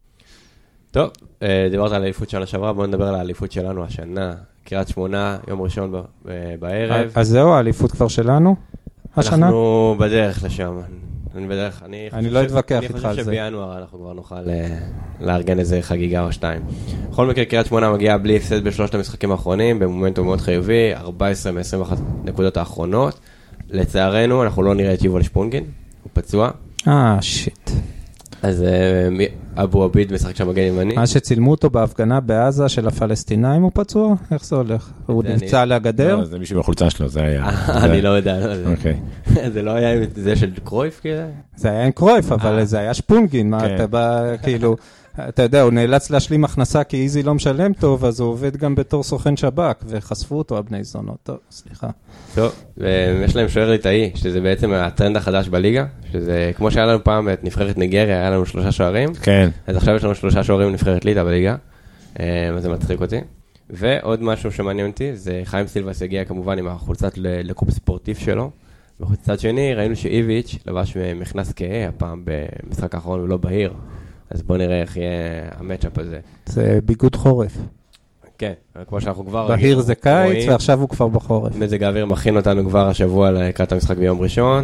טוב, דיברת על האליפות שנה שעברה, בואו נדבר על האליפות שלנו השנה. קריית שמונה, יום ראשון בערב. אז זהו, האליפות כבר שלנו השנה? אנחנו בדרך לשם. אני בדרך, אני אני לא אתווכח איתך על זה. אני חושב שבינואר אנחנו כבר נוכל לארגן איזה חגיגה או שתיים. בכל מקרה, קריית שמונה מגיעה בלי הפסד בשלושת המשחקים האחרונים, במומנטום מאוד חיובי, ארבע עשרה מ-עשרים ואחת נקודות האחרונות. לצערנו, אנחנו לא נראה את יובל שפונגין, הוא פצוע. אה, שיט. אז אבו עביד משחק שם מגן ימני. מה שצילמו אותו בהפגנה בעזה של הפלסטינאים הוא פצוע? איך זה הולך? הוא נפצע על הגדר? זה מישהו בחולצה שלו, זה היה... אני לא יודע. אוקיי. זה לא היה עם זה של קרויף כאילו? זה היה עם קרויף, אבל זה היה שפונגין. מה אתה בא, כאילו... אתה יודע, הוא נאלץ להשלים הכנסה כי איזי לא משלם טוב, אז הוא עובד גם בתור סוכן שב"כ, וחשפו אותו הבני זונות. טוב, סליחה. טוב, ויש להם שוער ליטאי, שזה בעצם הטרנד החדש בליגה, שזה כמו שהיה לנו פעם את נבחרת ניגריה, היה לנו שלושה שוערים. כן. אז עכשיו יש לנו שלושה שוערים נבחרת ליטא בליגה, אז זה מצחיק אותי. ועוד משהו שמעניין אותי, זה חיים סילבס הגיע כמובן עם החולצת לקופ ספורטיב שלו, ובצד שני ראינו שאיביץ' לבש מכנס כהה הפעם במשחק האחרון ולא בהיר. אז בואו נראה איך יהיה המאצ'אפ הזה. זה ביגוד חורף. כן, כמו שאנחנו כבר... בהיר זה קיץ, ועכשיו הוא כבר בחורף. מזג האוויר מכין אותנו כבר השבוע לקראת המשחק ביום ראשון.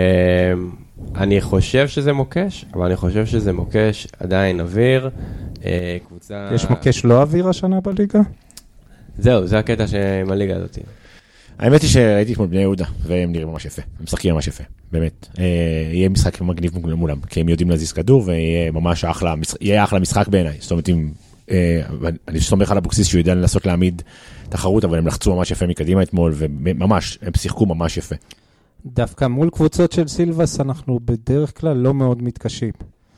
אני חושב שזה מוקש, אבל אני חושב שזה מוקש עדיין אוויר. קבוצה... יש מוקש לא אוויר השנה בליגה? זהו, זה הקטע עם הליגה הזאת. האמת היא שראיתי כמו בני יהודה, והם נראים ממש יפה, הם משחקים ממש יפה, באמת. יהיה משחק מגניב מולם, כי הם יודעים להזיז כדור, ויהיה ממש אחלה, יהיה אחלה משחק בעיניי. זאת אומרת, אני סומך על אבוקסיס שהוא יודע לנסות להעמיד תחרות, אבל הם לחצו ממש יפה מקדימה אתמול, וממש, הם שיחקו ממש יפה. דווקא מול קבוצות של סילבס, אנחנו בדרך כלל לא מאוד מתקשים.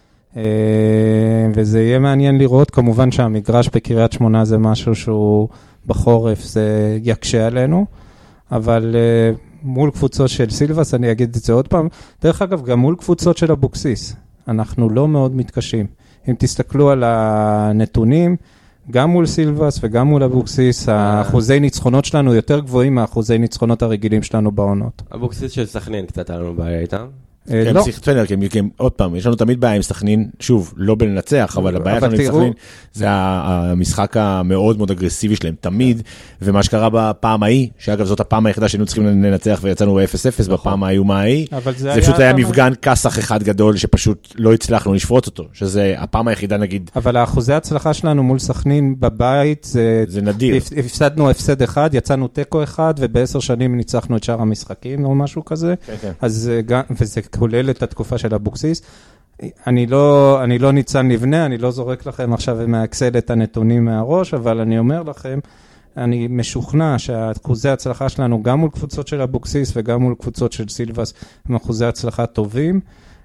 וזה יהיה מעניין לראות, כמובן שהמגרש בקריית שמונה זה משהו שהוא בחורף, זה יקשה עלינו. אבל uh, מול קבוצות של סילבס, אני אגיד את זה עוד פעם, דרך אגב, גם מול קבוצות של אבוקסיס, אנחנו לא מאוד מתקשים. אם תסתכלו על הנתונים, גם מול סילבס וגם מול אבוקסיס, האחוזי ניצחונות שלנו יותר גבוהים מהאחוזי ניצחונות הרגילים שלנו בעונות. אבוקסיס של סכנין, קצת היה לנו בעיה איתם. כן, בסדר, כי עוד פעם, יש לנו תמיד בעיה עם סכנין, שוב, לא בלנצח, אבל הבעיה שלנו עם סכנין, זה המשחק המאוד מאוד אגרסיבי שלהם, תמיד, ומה שקרה בפעם ההיא, שאגב זאת הפעם היחידה שהיינו צריכים לנצח ויצאנו ב-אפס אפס בפעם האיומה ההיא, זה פשוט היה מפגן כסח אחד גדול שפשוט לא הצלחנו לשפוט אותו, שזה הפעם היחידה נגיד. אבל האחוזי ההצלחה שלנו מול סכנין בבית, זה נדיר. הפסדנו הפסד אחד, יצאנו טקו אחד, ובעשר שנים ניצחנו את שאר המשחקים או משהו כזה, וזה כולל את התקופה של אבוקסיס. אני לא, אני לא ניצן לבנה, אני לא זורק לכם עכשיו מהאקסל את הנתונים מהראש, אבל אני אומר לכם, אני משוכנע שהאחוזי ההצלחה שלנו, גם מול קבוצות של אבוקסיס וגם מול קבוצות של סילבס, הם אחוזי הצלחה טובים,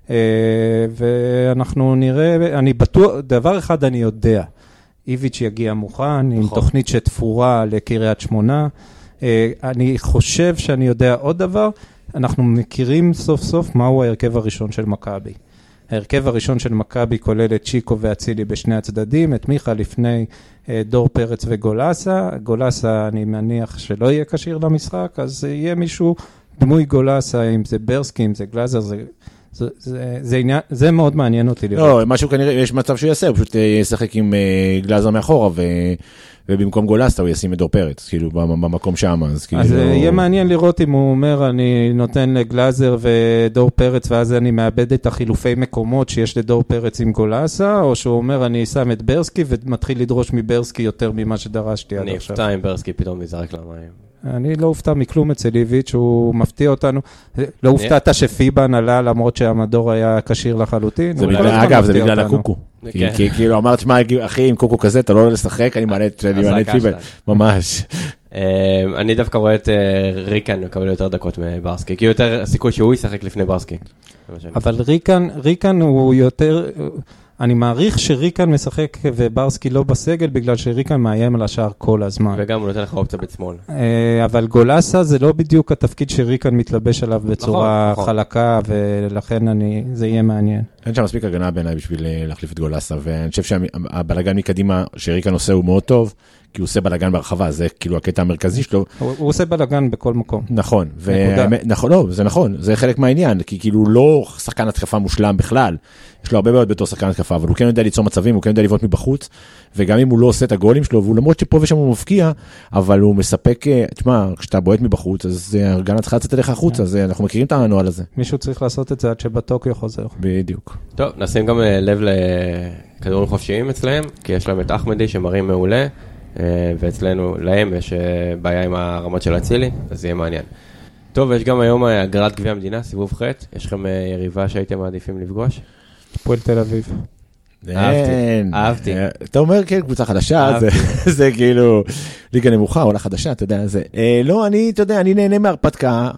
ואנחנו נראה, אני בטוח, דבר אחד אני יודע, איביץ' יגיע מוכן, עם תוכנית שתפורה לקריית שמונה, אני חושב שאני יודע עוד דבר, אנחנו מכירים סוף סוף מהו ההרכב הראשון של מכבי. ההרכב הראשון של מכבי כולל את צ'יקו ואצילי בשני הצדדים, את מיכה לפני דור פרץ וגולסה. גולסה אני מניח שלא יהיה קשיר למשחק, אז יהיה מישהו דמוי גולסה, אם זה ברסקי, אם זה גלאזר, זה, זה, זה, זה, עניין, זה מאוד מעניין אותי לראות. לא, משהו כנראה, יש מצב שהוא יעשה, הוא פשוט ישחק עם גלאזר מאחורה, ו... ובמקום גולסטה הוא ישים את דור פרץ, כאילו, במקום שם, אז כאילו... אז יהיה מעניין לראות אם הוא אומר, אני נותן לגלאזר ודור פרץ, ואז אני מאבד את החילופי מקומות שיש לדור פרץ עם גולסה, או שהוא אומר, אני שם את ברסקי, ומתחיל לדרוש מברסקי יותר ממה שדרשתי עד עכשיו. אני אפתע עם ברסקי פתאום מזרק למים. אני לא הופתע מכלום אצל איביץ', הוא מפתיע אותנו. לא הופתעת שפיבן עלה, למרות שהמדור היה קשיר לחלוטין. אגב, זה בגלל הקוקו. כי כאילו אמרת, שמע, אחי, עם קוקו כזה, אתה לא עולה לשחק, אני מעלה את פיבן. ממש. אני דווקא רואה את ריקן מקבל יותר דקות מברסקי, כי יותר סיכוי שהוא ישחק לפני ברסקי. אבל ריקן, ריקן הוא יותר... אני מעריך שריקן משחק וברסקי לא בסגל, בגלל שריקן מאיים על השאר כל הזמן. וגם הוא נותן לך אופציה בצמאל. אבל גולסה זה לא בדיוק התפקיד שריקן מתלבש עליו בצורה חלקה, ולכן אני, זה יהיה מעניין. אין שם מספיק הגנה בעיניי בשביל להחליף את גולסה, ואני חושב שהבלגן מקדימה שריקן עושה הוא מאוד טוב, כי הוא עושה בלגן ברחבה, זה כאילו הקטע המרכזי שלו. הוא, הוא עושה בלגן בכל מקום. נכון. ו... נכון, לא, זה נכון, זה חלק מהעניין, כי כאילו לא שחקן התקפה מושלם בכלל, יש לו הרבה מאוד בתור שחקן התקפה, אבל הוא כן יודע ליצור מצבים, הוא כן יודע לבעוט מבחוץ, וגם אם הוא לא עושה את הגולים שלו, והוא למרות שפה ושם הוא מפקיע, אבל הוא מספק, תשמע, כשאתה בועט מבחוץ, אז הרגנה צריכה לצאת אליך החוץ, אז אנחנו מכירים את הנוהל הזה. מישהו צריך לעשות את זה עד שבטוקיו חוזר. בדיוק. טוב, נשים גם לב לכדורים חופשיים אצלהם, כי יש להם את אחמדי שמראים מעולה, ואצלנו, להם יש בעיה עם הרמות של הצילי, אז זה יהיה מעניין. טוב, יש גם היום הגרלת גביע המדינה, סיבוב ח', יש לכם יריבה שהייתם מעדיפים לפגוש? הפועל תל אביב. אהבתי, אהבתי. אתה אומר, כן, קבוצה חדשה, זה כאילו ליגה נמוכה, עולה חדשה, אתה יודע, זה... לא, אני, אתה יודע, אני נהנה מהרפתקה,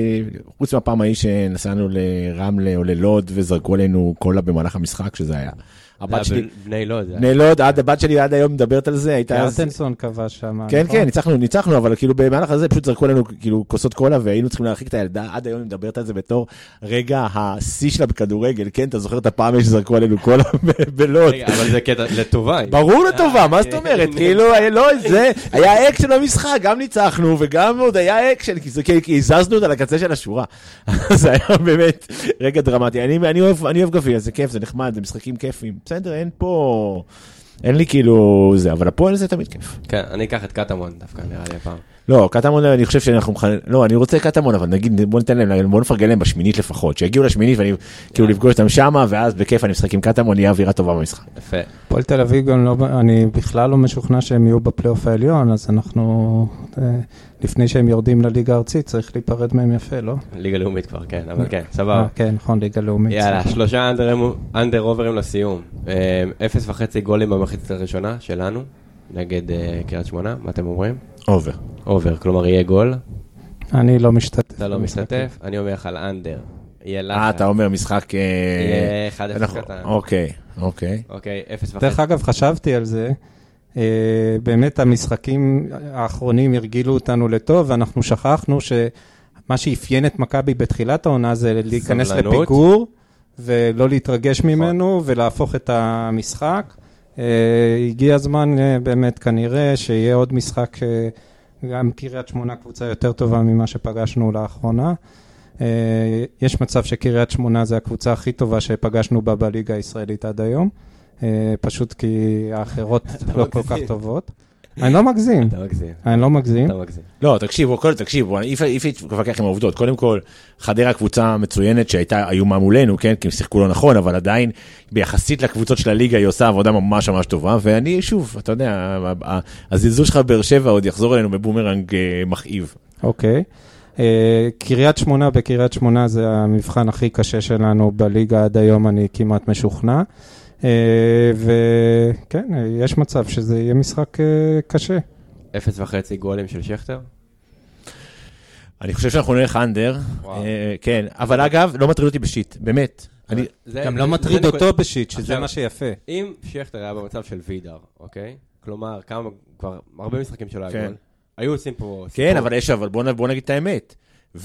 חוץ מהפעם ההיא שנסענו לרמלה או ללוד, וזרקו עלינו קולה במהלך המשחק, שזה היה. הבת שלי, בני לוד. בני לוד, עד הבת שלי עד היום מדברת על זה, הייתה... קרטנסון קבע שם. כן, כן, ניצחנו, ניצחנו, אבל כאילו במהלך הזה פשוט זרקו לנו כאילו כוסות קולה, והיינו צריכים להרחיק את הילדה, עד היום מדברת על זה בתור רגע השיא שלה בכדורגל, כן, אתה זוכר את הפעם שזרקו עלינו קולה בלוד. אבל זה קטע לטובה. ברור לטובה, מה זאת אומרת? כאילו, לא, זה, היה אקשן במשחק, גם ניצחנו, וגם עוד היה אקשן, כי הזזנו אותה לקצה של השורה. זה היה באמת רגע דרמטי. אני אוהב גביע, זה כיף, זה נחמד, זה משחקים כיפים. בסדר, אין פה, אין לי כאילו זה, אבל הפועל זה תמיד כיף. כן, אני אקח את קטמון דווקא, נראה לי הפעם. לא, קטמון, אני חושב שאנחנו, לא, אני רוצה קטמון, אבל נגיד, בוא ניתן להם, בוא נפרגן להם בשמינית לפחות, שיגיעו לשמינית ואני כאילו לפגוש אותם שמה, ואז בכיף אני משחק עם קטמון, יהיה אווירה טובה במשחק. יפה. הפועל תל אביב גם לא, אני בכלל לא משוכנע שהם יהיו בפלייאוף העליון, אז אנחנו, לפני שהם יורדים לליגה הארצית, צריך להיפרד מהם יפה, לא? ליגה לאומית כבר, כן, אבל כן, סבבה. כן, נכון, ליגה לאומית. יאללה, שלושה אנדר אוברים לסיום. אפס וחצי גולים במחצית הראשונה שלנו, נגד קריית שמונה, מה אתם אומרים? אובר. אובר, כלומר יהיה גול. אני לא משתתף. אתה לא משתתף, אני אומר לך על אנדר. יהיה לחץ. אה, אתה אומר משחק... יהיה אחד אפס קטן. אוקיי, אוקיי. אוקיי, אפס וחצי. דרך אגב, חשבתי על זה. באמת המשחקים האחרונים הרגילו אותנו לטוב, ואנחנו שכחנו שמה שאפיין את מכבי בתחילת העונה זה להיכנס לפיגור, ולא להתרגש ממנו, ולהפוך את המשחק. הגיע הזמן באמת כנראה שיהיה עוד משחק, גם קריית שמונה קבוצה יותר טובה ממה שפגשנו לאחרונה. יש מצב שקריית שמונה זה הקבוצה הכי טובה שפגשנו בה בליגה הישראלית עד היום. פשוט כי האחרות לא כל כך טובות. אני לא מגזים. אתה מגזים. אני לא מגזים. אתה מגזים. לא, תקשיבו, תקשיבו, אי אפשר להתווכח עם העובדות. קודם כל, חדרה קבוצה מצוינת שהייתה איומה מולנו, כן, כי הם שיחקו לא נכון, אבל עדיין, ביחסית לקבוצות של הליגה, היא עושה עבודה ממש ממש טובה, ואני, שוב, אתה יודע, הזלזול שלך באר שבע עוד יחזור אלינו בבומרנג מכאיב. אוקיי. קריית שמונה בקריית שמונה זה המבחן הכי קשה שלנו בליגה עד היום, אני כמעט משוכנע. וכן, יש מצב שזה יהיה משחק קשה. אפס וחצי גולים של שכטר? אני חושב שאנחנו נלך אנדר, כן, אבל אגב, לא מטריד אותי בשיט, באמת. גם לא מטריד אותו בשיט, שזה מה שיפה. אם שכטר היה במצב של וידר, אוקיי? כלומר, כמה, כבר הרבה משחקים שלו היה גול, היו עושים פה... כן, אבל יש, אבל בוא נגיד את האמת. וידר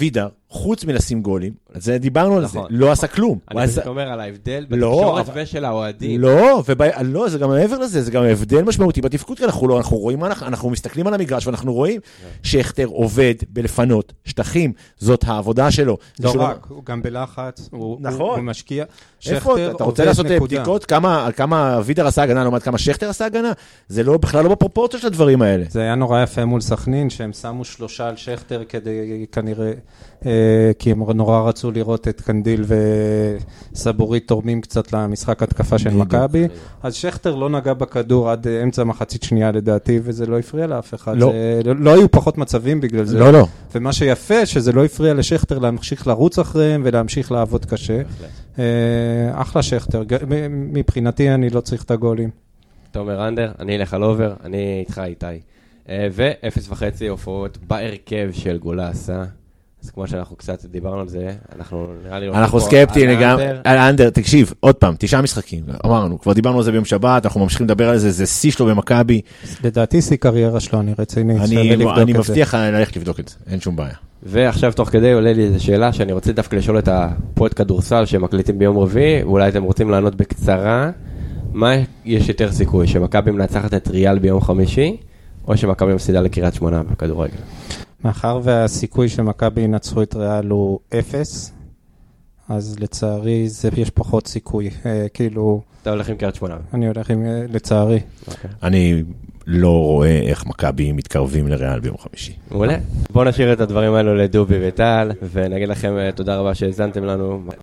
חוץ מלשים גולים, זה דיברנו על זה, נכון. לא עשה כלום. אני הוא פשוט עשה- אומר על ההבדל לא, בתקשורת אבל- ושל האוהדים. לא, ובא- לא, זה גם מעבר לזה, זה גם הבדל משמעותי בתפקוד, כי אנחנו לא, אנחנו רואים, מה אנחנו, אנחנו מסתכלים על המגרש, ואנחנו רואים שכטר עובד בלפנות שטחים, זאת העבודה שלו. לא שלו- רק, הוא גם בלחץ, הוא נכון. הוא- הוא משקיע. איפה, שכטר אתה רוצה עובד, לעשות נקודה. בדיקות כמה, על כמה וידר עשה הגנה, לעומת כמה שכטר עשה הגנה? זה לא, בכלל לא בפרופורציה של הדברים האלה. זה היה נורא יפה מול סכנין, שהם שמו שלושה על שכטר כדי, כנראה, אה, כי הם נורא רצו לראות את קנדיל וסבורית תורמים קצת למשחק התקפה של בדיוק. מכבי. אז שכטר לא נגע בכדור עד אה, אמצע מחצית שנייה לדעתי, וזה לא הפריע לאף אחד. לא. זה, לא, לא היו פחות מצבים בגלל זה. לא, לא. ומה שיפה, שזה לא הפריע לשכטר להמשיך לרוץ אחריהם ולהמשיך לעבוד קשה. אה, אחלה שכטר. ג- מבחינתי אני לא צריך את הגולים. תומר אנדר, אני אלך על אובר, אני איתך איתי. אה, ואפס וחצי הופעות בהרכב של גולה עשה. אז כמו שאנחנו קצת דיברנו על זה, אנחנו נראה לי... אנחנו פה סקפטיים על לגמרי, האנדר. על האנדר, תקשיב, עוד פעם, תשעה משחקים, אמרנו, כבר דיברנו על זה ביום שבת, אנחנו ממשיכים לדבר על זה, זה שיא שלו במכבי, לדעתי שיא קריירה שלו, אני רציני. שווה אני לבדוק אני את זה. מבטיח ללכת לבדוק את זה, אין שום בעיה. ועכשיו תוך כדי עולה לי איזו שאלה שאני רוצה דווקא לשאול את הפועל כדורסל שמקליטים ביום רביעי, ואולי אתם רוצים לענות בקצרה, מה יש יותר סיכוי, שמכבי מנצחת את ריאל ביום חמישי, או שמכבי מפסידה לקריית שמונה בכדורגל? מאחר והסיכוי שמכבי ינצחו את ריאל הוא אפס, אז לצערי זה יש פחות סיכוי. אה, כאילו, אתה הולך עם קריית שמונה. אני הולך עם, אה, לצערי. אוקיי. אני לא רואה איך מכבי מתקרבים לריאל ביום חמישי. מעולה. בואו נשאיר את הדברים האלו לדובי וטל, ונגיד לכם אה, תודה רבה שהזנתם לנו.